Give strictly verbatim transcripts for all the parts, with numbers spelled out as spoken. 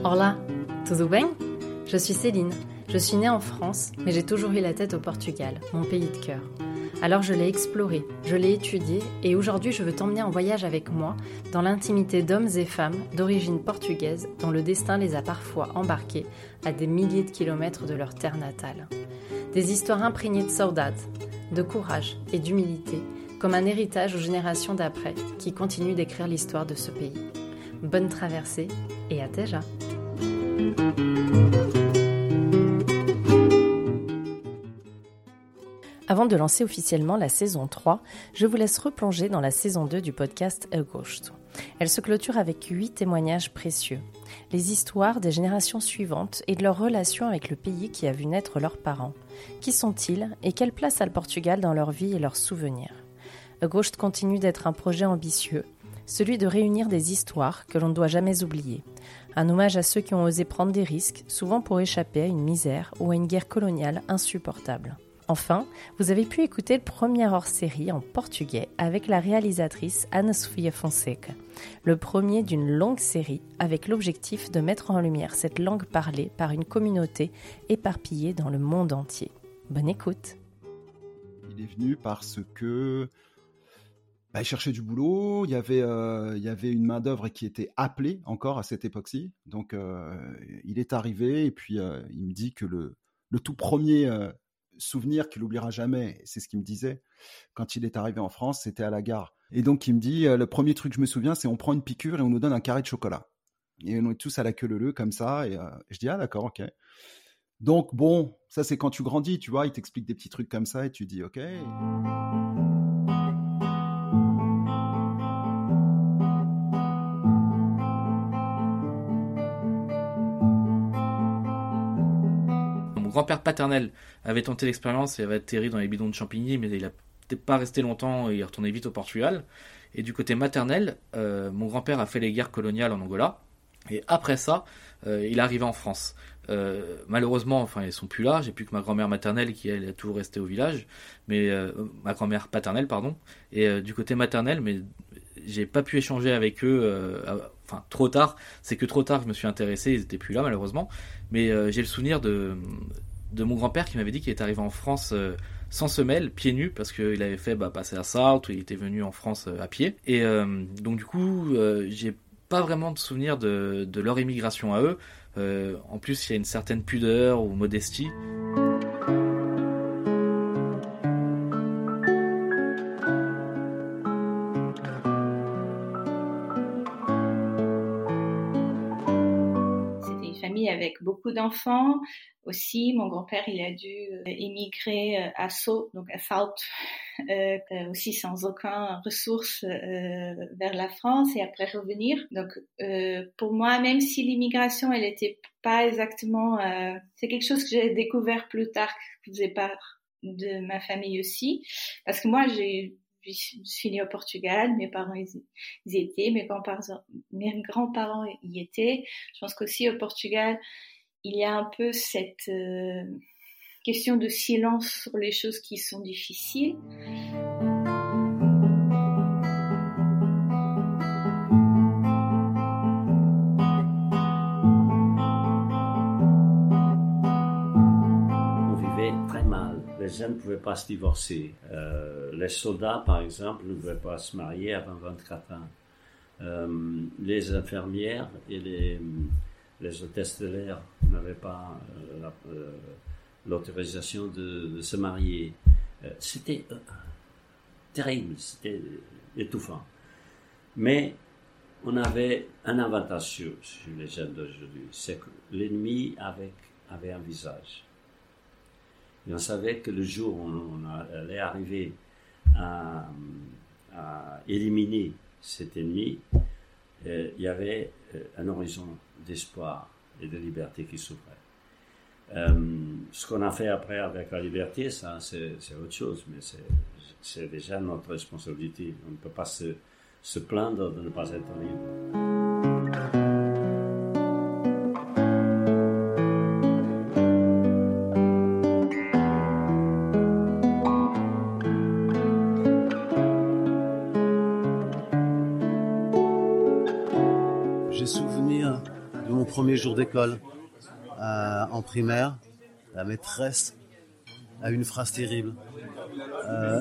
Olá, tudo bem? Je suis Céline. Je suis née en France, mais j'ai toujours eu la tête au Portugal, mon pays de cœur. Alors je l'ai exploré, je l'ai étudié, et aujourd'hui je veux t'emmener en voyage avec moi dans l'intimité d'hommes et femmes d'origine portugaise dont le destin les a parfois embarqués à des milliers de kilomètres de leur terre natale. Des histoires imprégnées de saudade, de courage et d'humilité, comme un héritage aux générations d'après qui continuent d'écrire l'histoire de ce pays. Bonne traversée et à déjà. Avant de lancer officiellement la saison trois, je vous laisse replonger dans la saison deux du podcast Agosto. Elle se clôture avec huit témoignages précieux. Les histoires des générations suivantes et de leur relation avec le pays qui a vu naître leurs parents. Qui sont-ils et quelle place a le Portugal dans leur vie et leurs souvenirs? Agosto continue d'être un projet ambitieux, celui de réunir des histoires que l'on ne doit jamais oublier. Un hommage à ceux qui ont osé prendre des risques, souvent pour échapper à une misère ou à une guerre coloniale insupportable. Enfin, vous avez pu écouter le premier hors-série en portugais avec la réalisatrice Ana Sofia Fonseca, le premier d'une longue série avec l'objectif de mettre en lumière cette langue parlée par une communauté éparpillée dans le monde entier. Bonne écoute. Il est venu parce que bah, il cherchait du boulot, il y avait, euh, il y avait une main-d'œuvre qui était appelée encore à cette époque-ci, donc euh, il est arrivé et puis euh, il me dit que le, le tout premier euh, souvenir qu'il n'oubliera jamais, c'est ce qu'il me disait, quand il est arrivé en France, c'était à la gare. Et donc il me dit, euh, le premier truc que je me souviens, c'est on prend une piqûre et on nous donne un carré de chocolat. Et on est tous à la queue leu-leu comme ça, et euh, je dis, ah d'accord, ok. Donc bon, ça c'est quand tu grandis, tu vois, il t'explique des petits trucs comme ça et tu dis, ok. Mon grand-père paternel avait tenté l'expérience et avait atterri dans les bidons de Champigny, mais il n'a peut-être pas resté longtemps et il est retourné vite au Portugal. Et du côté maternel, euh, mon grand-père a fait les guerres coloniales en Angola. Et après ça, euh, il est arrivé en France. Euh, malheureusement, enfin, ils sont plus là. J'ai plus que ma grand-mère maternelle qui, elle, est toujours restée au village. Mais euh, ma grand-mère paternelle, pardon. Et euh, du côté maternel, mais j'ai pas pu échanger avec eux. Euh, enfin, trop tard. C'est que trop tard que je me suis intéressé. Ils étaient plus là, malheureusement. Mais euh, j'ai le souvenir de de mon grand-père qui m'avait dit qu'il était arrivé en France euh, sans semelle, pieds nus, parce qu'il avait fait bah, passer à Sarthe, où il était venu en France euh, à pied. Et euh, donc du coup, euh, j'ai pas vraiment de souvenir de, de leur émigration à eux. Euh, en plus, il y a une certaine pudeur ou modestie. C'était une famille avec beaucoup d'enfants. Aussi, mon grand-père, il a dû euh, émigrer euh, à Sceaux, donc à Sarthe, euh, euh, aussi sans aucune ressource euh, vers la France et après revenir. Donc, euh, pour moi, même si l'immigration, elle était pas exactement, euh, c'est quelque chose que j'ai découvert plus tard, que faisait part de ma famille aussi, parce que moi, j'ai je suis née au Portugal, mes parents ils, ils y étaient, mes grands-parents, mes grands-parents y étaient. Je pense qu'aussi au Portugal, il y a un peu cette euh, question de silence sur les choses qui sont difficiles. On vivait très mal. Les jeunes ne pouvaient pas se divorcer. Euh, les soldats, par exemple, ne pouvaient pas se marier avant vingt-quatre ans. Euh, les infirmières et les... les hôtesses de l'air n'avaient pas euh, la, euh, l'autorisation de, de se marier. Euh, c'était euh, terrible, c'était étouffant. Mais on avait un avantage sur, sur les jeunes d'aujourd'hui, c'est que l'ennemi avait, avait un visage. Et on savait que le jour où on allait arriver à, à éliminer cet ennemi, euh, il y avait euh, un horizon d'espoir et de liberté qui s'ouvrait. Euh, ce qu'on a fait après avec la liberté, ça, c'est, c'est autre chose, mais c'est, c'est déjà notre responsabilité. On ne peut pas se, se plaindre de ne pas être libre. mon premier jour d'école euh, en primaire, la maîtresse a eu une phrase terrible. Euh,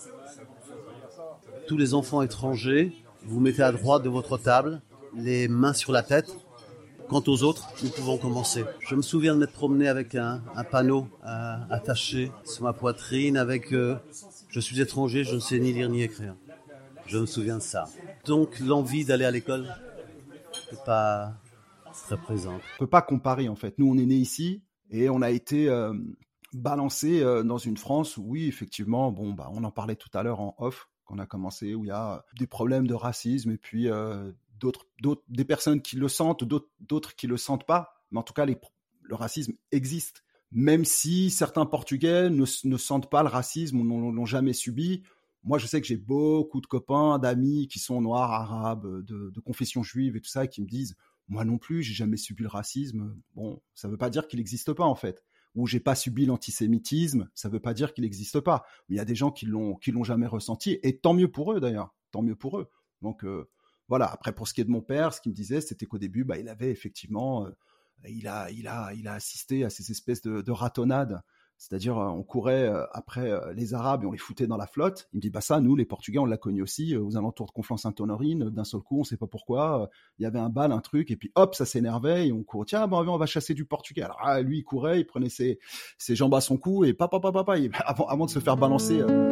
tous les enfants étrangers, vous mettez à droite de votre table, les mains sur la tête. Quant aux autres, nous pouvons commencer. Je me souviens de m'être promené avec un, un panneau euh, attaché sur ma poitrine avec euh, « Je suis étranger, je ne sais ni lire ni écrire ». Je me souviens de ça. Donc l'envie d'aller à l'école n'est pas très présente. On peut pas comparer en fait. Nous, on est nés ici et on a été euh, balancé euh, dans une France où, oui, effectivement, bon, bah, on en parlait tout à l'heure en off, qu'on a commencé, où il y a des problèmes de racisme et puis euh, d'autres, d'autres, des personnes qui le sentent, d'autres, d'autres qui le sentent pas. Mais en tout cas, les, le racisme existe. Même si certains Portugais ne, ne sentent pas le racisme ou n'ont, l'ont jamais subi. Moi, je sais que j'ai beaucoup de copains, d'amis qui sont noirs, arabes, de, de confession juive et tout ça, et qui me disent « Moi non plus, j'ai jamais subi le racisme. » Bon, ça veut pas dire qu'il n'existe pas, en fait. Ou « J'ai pas subi l'antisémitisme. » Ça veut pas dire qu'il n'existe pas. Mais il y a des gens qui l'ont, qui l'ont jamais ressenti, et tant mieux pour eux, d'ailleurs. Tant mieux pour eux. Donc, euh, voilà. Après, pour ce qui est de mon père, ce qu'il me disait, c'était qu'au début, bah, il avait effectivement... Euh, il, a, il, a, il a assisté à ces espèces de, de ratonnades. C'est-à-dire, on courait après les Arabes et on les foutait dans la flotte. Il me dit, bah ça, nous, les Portugais, on l'a connu aussi, aux alentours de Conflans-Sainte-Honorine. D'un seul coup, on ne sait pas pourquoi, il y avait un bal, un truc, et puis hop, ça s'énervait, et on courait, tiens, bon, on va chasser du Portugais. Alors, ah, lui, il courait, il prenait ses, ses jambes à son cou, et papa, papa, papa, avant, avant de se faire balancer... Euh...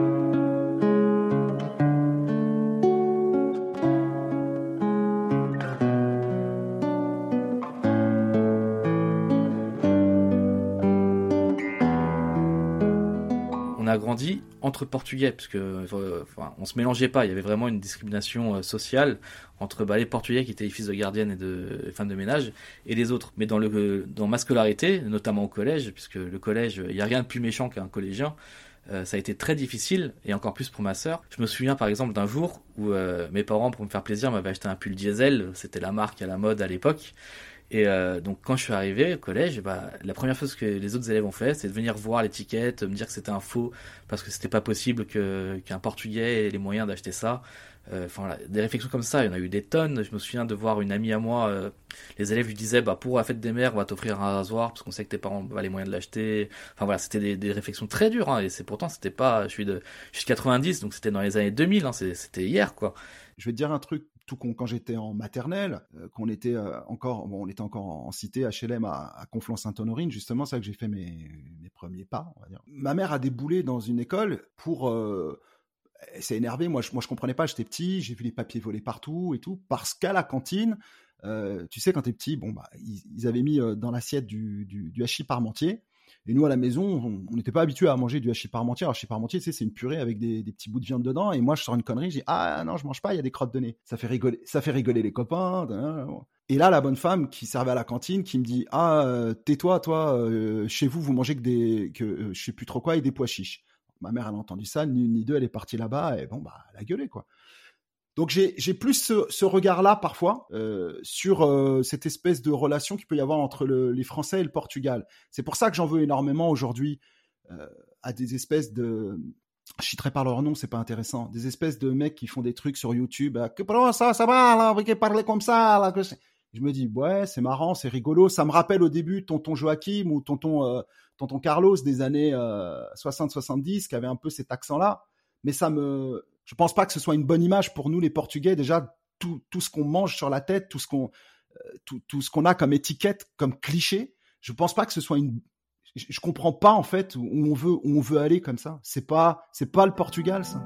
a grandi entre Portugais, parce que enfin, on se mélangeait pas, il y avait vraiment une discrimination euh, sociale entre bah, les Portugais qui étaient les fils de gardiennes et de et femmes de ménage et les autres. Mais dans le dans ma scolarité, notamment au collège, puisque le collège, il y a rien de plus méchant qu'un collégien, euh, ça a été très difficile, et encore plus pour ma sœur. Je me souviens par exemple d'un jour où euh, mes parents, pour me faire plaisir, m'avaient acheté un pull diesel, c'était la marque à la mode à l'époque. Et euh, donc quand je suis arrivé au collège, bah, la première chose que les autres élèves ont fait, c'est de venir voir l'étiquette, me dire que c'était un faux, parce que c'était pas possible que, qu'un Portugais ait les moyens d'acheter ça. Enfin, euh, voilà, des réflexions comme ça, il y en a eu des tonnes. Je me souviens de voir une amie à moi, euh, les élèves lui disaient, bah pour la fête des mères, on va t'offrir un rasoir parce qu'on sait que tes parents ont les moyens de l'acheter. Enfin voilà, c'était des, des réflexions très dures, hein, et c'est pourtant c'était pas, je suis de, je suis de quatre-vingt-dix, donc c'était dans les années deux mille, hein, c'est, c'était hier quoi. Je vais te dire un truc. Tout con, quand j'étais en maternelle, euh, qu'on était euh, encore, bon, on était encore en, en cité H L M à, à Conflans-Sainte-Honorine, justement, c'est là que j'ai fait mes, mes premiers pas, on va dire. Ma mère a déboulé dans une école pour, euh, elle s'est énervée. Moi, je, moi, je comprenais pas. J'étais petit, j'ai vu les papiers voler partout et tout, parce qu'à la cantine, euh, tu sais, quand t'es petit, bon, bah, ils, ils avaient mis euh, dans l'assiette du, du, du hachis parmentier. Et nous, à la maison, on n'était pas habitués à manger du hachis parmentier. Alors, hachis parmentier, tu sais, c'est une purée avec des, des petits bouts de viande dedans. Et moi, je sors une connerie, je dis, ah non, je mange pas, il y a des crottes de nez. Ça fait rigoler, ça fait rigoler les copains. Et là, la bonne femme qui servait à la cantine, qui me dit, ah, euh, tais-toi, toi, euh, chez vous, vous mangez que des, que euh, je sais plus trop quoi, et des pois chiches. Ma mère, elle a entendu ça, ni une ni deux, elle est partie là-bas, et bon, bah, elle a gueulé, quoi. Donc j'ai, j'ai plus ce, ce regard-là parfois euh, sur euh, cette espèce de relation qu'il peut y avoir entre le, les Français et le Portugal. C'est pour ça que j'en veux énormément aujourd'hui euh, à des espèces de... Je citerai par leur nom, c'est pas intéressant. Des espèces de mecs qui font des trucs sur YouTube. Euh, que ça, ça va, là, vous parlez comme ça. Là, que je me dis, ouais, c'est marrant, c'est rigolo. Ça me rappelle au début tonton Joachim ou tonton, euh, tonton Carlos des années euh, soixante soixante-dix qui avait un peu cet accent-là. Mais ça me... Je pense pas que ce soit une bonne image pour nous les Portugais. Déjà, tout, tout ce qu'on mange sur la tête, tout ce qu'on, euh, tout, tout ce qu'on a comme étiquette, comme cliché, je pense pas que ce soit une. Je, je comprends pas en fait où on veut, où on veut aller comme ça. C'est pas, c'est pas le Portugal ça.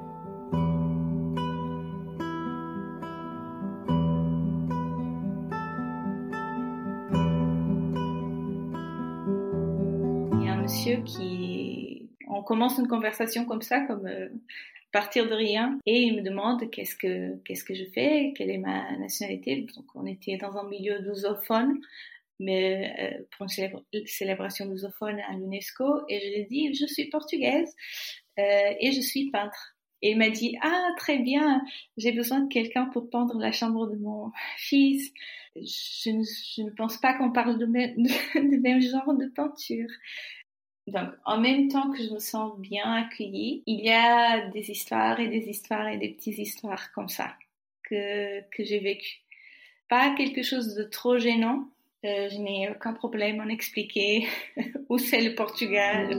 Il y a un monsieur qui, on commence une conversation comme ça, comme. Euh... partir de rien, et il me demande qu'est-ce que qu'est-ce que je fais, quelle est ma nationalité. Donc on était dans un milieu lusophone, mais euh, pour une célébra- célébration lusophone à l'UNESCO, et je lui ai dit je suis portugaise euh, et je suis peintre. Et il m'a dit ah très bien, j'ai besoin de quelqu'un pour peindre la chambre de mon fils. Je ne, je ne pense pas qu'on parle de même, de même genre de peinture. Donc, en même temps que je me sens bien accueillie, il y a des histoires et des histoires et des petites histoires comme ça que, que j'ai vécues. pas quelque chose de trop gênant. Euh, je n'ai aucun problème à en expliquer où c'est le Portugal.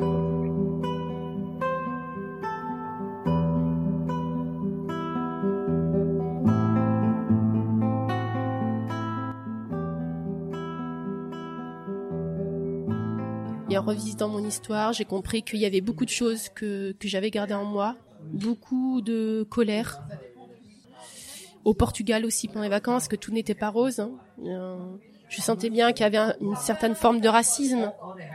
Et en revisitant mon histoire, j'ai compris qu'il y avait beaucoup de choses que, que j'avais gardées en moi, beaucoup de colère. Au Portugal aussi pendant les vacances, que tout n'était pas rose. Hein. Je sentais bien qu'il y avait une certaine forme de racisme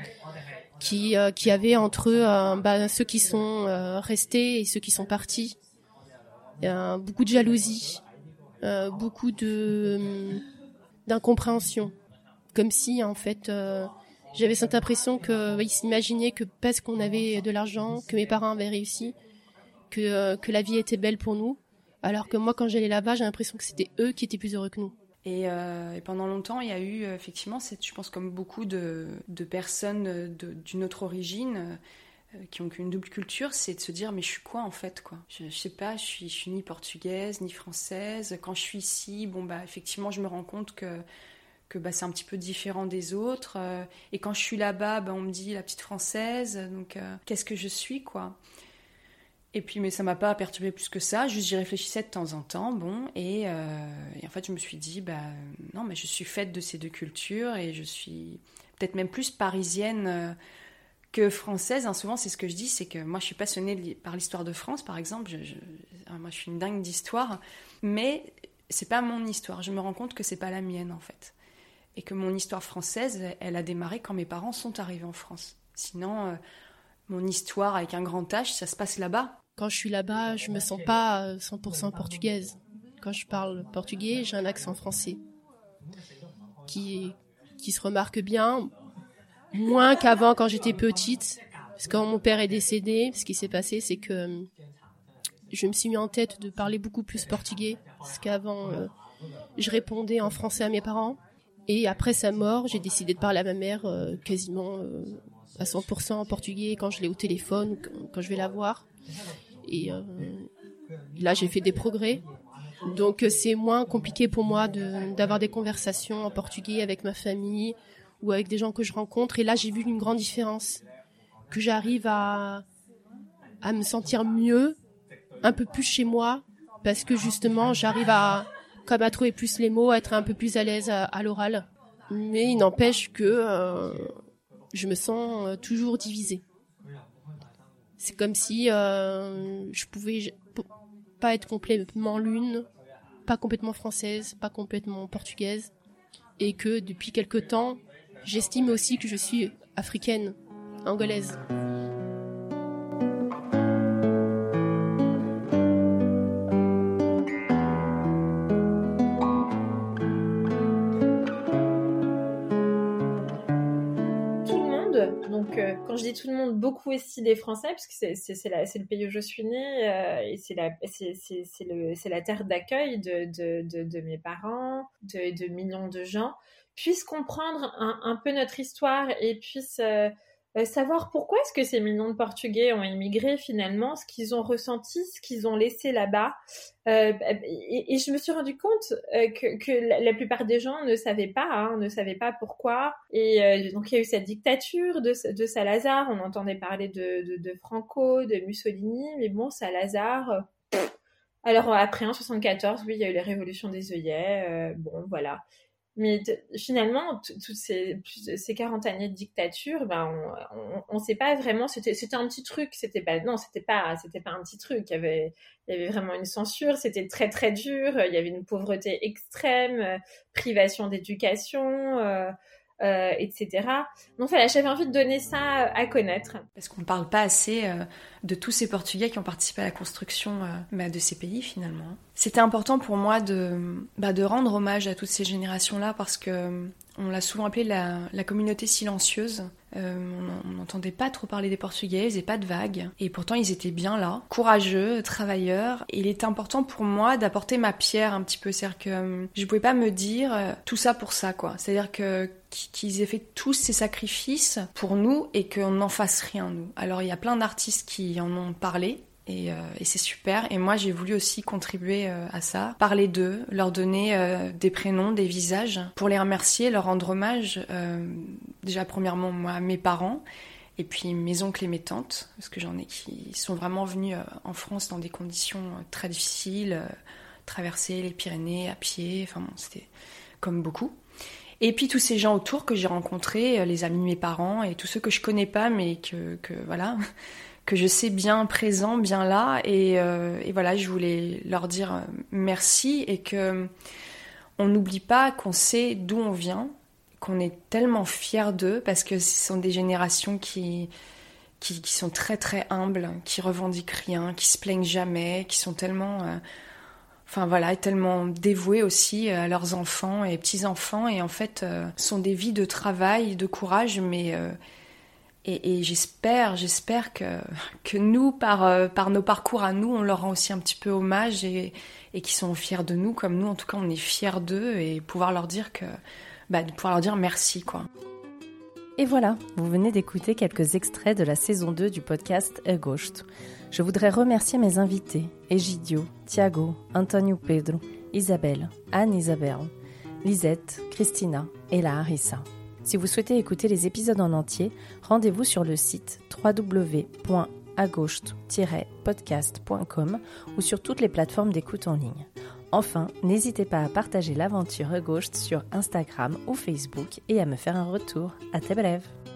qui euh, qui avait entre euh, bah, ceux qui sont euh, restés et ceux qui sont partis. Euh, beaucoup de jalousie, euh, beaucoup de euh, d'incompréhension, comme si en fait euh, j'avais cette impression que ils s'imaginaient que parce qu'on avait de l'argent, que mes parents avaient réussi, que euh, que la vie était belle pour nous, alors que moi quand j'allais là-bas, j'ai l'impression que c'était eux qui étaient plus heureux que nous. Et, euh, et pendant longtemps, il y a eu effectivement, c'est, je pense comme beaucoup de, de personnes de, d'une autre origine euh, qui ont une double culture, c'est de se dire mais je suis quoi en fait quoi. Je, je sais pas, je suis, je suis ni portugaise ni française. Quand je suis ici, bon bah effectivement, je me rends compte que que bah c'est un petit peu différent des autres. Euh, et quand je suis là-bas, bah on me dit la petite française. Donc euh, qu'est-ce que je suis quoi. Et puis, mais ça m'a pas perturbée plus que ça. Juste, j'y réfléchissais de temps en temps, bon. Et, euh, et en fait, je me suis dit, bah non, mais je suis faite de ces deux cultures et je suis peut-être même plus parisienne euh, que française. Hein, souvent, c'est ce que je dis, c'est que moi, je suis passionnée par l'histoire de France, par exemple. Je, je, moi, je suis une dingue d'histoire, mais c'est pas mon histoire. Je me rends compte que c'est pas la mienne, en fait, et que mon histoire française, elle a démarré quand mes parents sont arrivés en France. Sinon, euh, mon histoire avec un grand H, ça se passe là-bas. Quand je suis là-bas, je me sens pas cent pour cent portugaise. Quand je parle portugais, j'ai un accent français qui, qui se remarque bien, moins qu'avant quand j'étais petite. Parce que quand mon père est décédé, ce qui s'est passé, c'est que je me suis mis en tête de parler beaucoup plus portugais. Parce qu'avant, euh, je répondais en français à mes parents. Et après sa mort, j'ai décidé de parler à ma mère euh, quasiment euh, à cent pour cent en portugais quand je l'ai au téléphone, quand je vais la voir. Et euh, là, j'ai fait des progrès. Donc, c'est moins compliqué pour moi de, d'avoir des conversations en portugais avec ma famille ou avec des gens que je rencontre. Et là, j'ai vu une grande différence. Que j'arrive à, à me sentir mieux, un peu plus chez moi, parce que justement, j'arrive à, comme à trouver plus les mots, à être un peu plus à l'aise à, à l'oral. Mais il n'empêche que euh, je me sens toujours divisée. C'est comme si euh, je pouvais pas être complètement l'une, pas complètement française, pas complètement portugaise, et que depuis quelque temps, j'estime aussi que je suis africaine, angolaise. Donc, euh, quand je dis tout le monde, beaucoup aussi des Français, parce que c'est, c'est, c'est, la, c'est le pays où je suis née, euh, et c'est la, c'est, c'est, c'est, le, c'est la terre d'accueil de, de, de, de mes parents, de, de millions de gens, puissent comprendre un, un peu notre histoire et puissent euh, euh, savoir pourquoi est-ce que ces millions de Portugais ont immigré finalement, ce qu'ils ont ressenti, ce qu'ils ont laissé là-bas. Euh, et, et je me suis rendu compte euh, que, que la, la plupart des gens ne savaient pas, hein, ne savaient pas pourquoi. Et euh, donc il y a eu cette dictature de, de Salazar. On entendait parler de, de, de Franco, de Mussolini, mais bon, Salazar. Euh, pff. Alors après en soixante-quatorze, oui, il y a eu la révolution des œillets. Euh, bon, voilà. Mais t- finalement, t- toutes ces, ces quarante années de dictature, ben, on ne sait pas vraiment, c'était, c'était un petit truc, c'était pas, non, c'était pas, c'était pas un petit truc, il y avait, il y avait vraiment une censure, c'était très très dur, il y avait une pauvreté extrême, euh, privation d'éducation, euh, euh, et cetera. Donc voilà, j'avais envie de donner ça à connaître. Parce qu'on ne parle pas assez euh, de tous ces Portugais qui ont participé à la construction euh, bah, de ces pays finalement. C'était important pour moi de, bah, de rendre hommage à toutes ces générations-là parce que on l'a souvent appelée la, la communauté silencieuse. Euh, on n'entendait pas trop parler des Portugais, ils faisaient pas de vagues. Et pourtant, ils étaient bien là, courageux, travailleurs. Et il était important pour moi d'apporter ma pierre un petit peu. C'est-à-dire que euh, je pouvais pas me dire euh, tout ça pour ça, quoi. C'est-à-dire que qu'ils aient fait tous ces sacrifices pour nous et qu'on n'en fasse rien, nous. Alors, il y a plein d'artistes qui en ont parlé, Et, euh, et c'est super. Et moi, j'ai voulu aussi contribuer euh, à ça, parler d'eux, leur donner euh, des prénoms, des visages, pour les remercier, leur rendre hommage. Euh, déjà, premièrement, moi, mes parents, et puis mes oncles et mes tantes, parce que j'en ai qui sont vraiment venus euh, en France dans des conditions euh, très difficiles, euh, traverser les Pyrénées à pied, enfin bon, c'était comme beaucoup. Et puis tous ces gens autour que j'ai rencontrés, euh, les amis de mes parents, et tous ceux que je connais pas, mais que, que voilà... que je sais bien présent, bien là, et, euh, et voilà, je voulais leur dire merci et que on n'oublie pas qu'on sait d'où on vient, qu'on est tellement fiers d'eux parce que ce sont des générations qui, qui, qui sont très très humbles, qui revendiquent rien, qui se plaignent jamais, qui sont tellement, euh, enfin voilà, tellement dévoués aussi à leurs enfants et petits-enfants, et en fait, euh, sont des vies de travail, de courage, mais euh, Et, et j'espère, j'espère que, que nous, par, euh, par nos parcours à nous, on leur rend aussi un petit peu hommage et, et qu'ils sont fiers de nous, comme nous, en tout cas, on est fiers d'eux, et pouvoir leur dire que, bah, de pouvoir leur dire merci, quoi. Et voilà, vous venez d'écouter quelques extraits de la saison deux du podcast Agosto. Je voudrais remercier mes invités, Egidio, Thiago, Antonio Pedro, Isabelle, Anne Isabelle, Lisette, Christina et la Harissa. Si vous souhaitez écouter les épisodes en entier, rendez-vous sur le site w w w point agosto tiret podcast point com ou sur toutes les plateformes d'écoute en ligne. Enfin, n'hésitez pas à partager l'aventure Agosto sur Instagram ou Facebook et à me faire un retour. À très bref!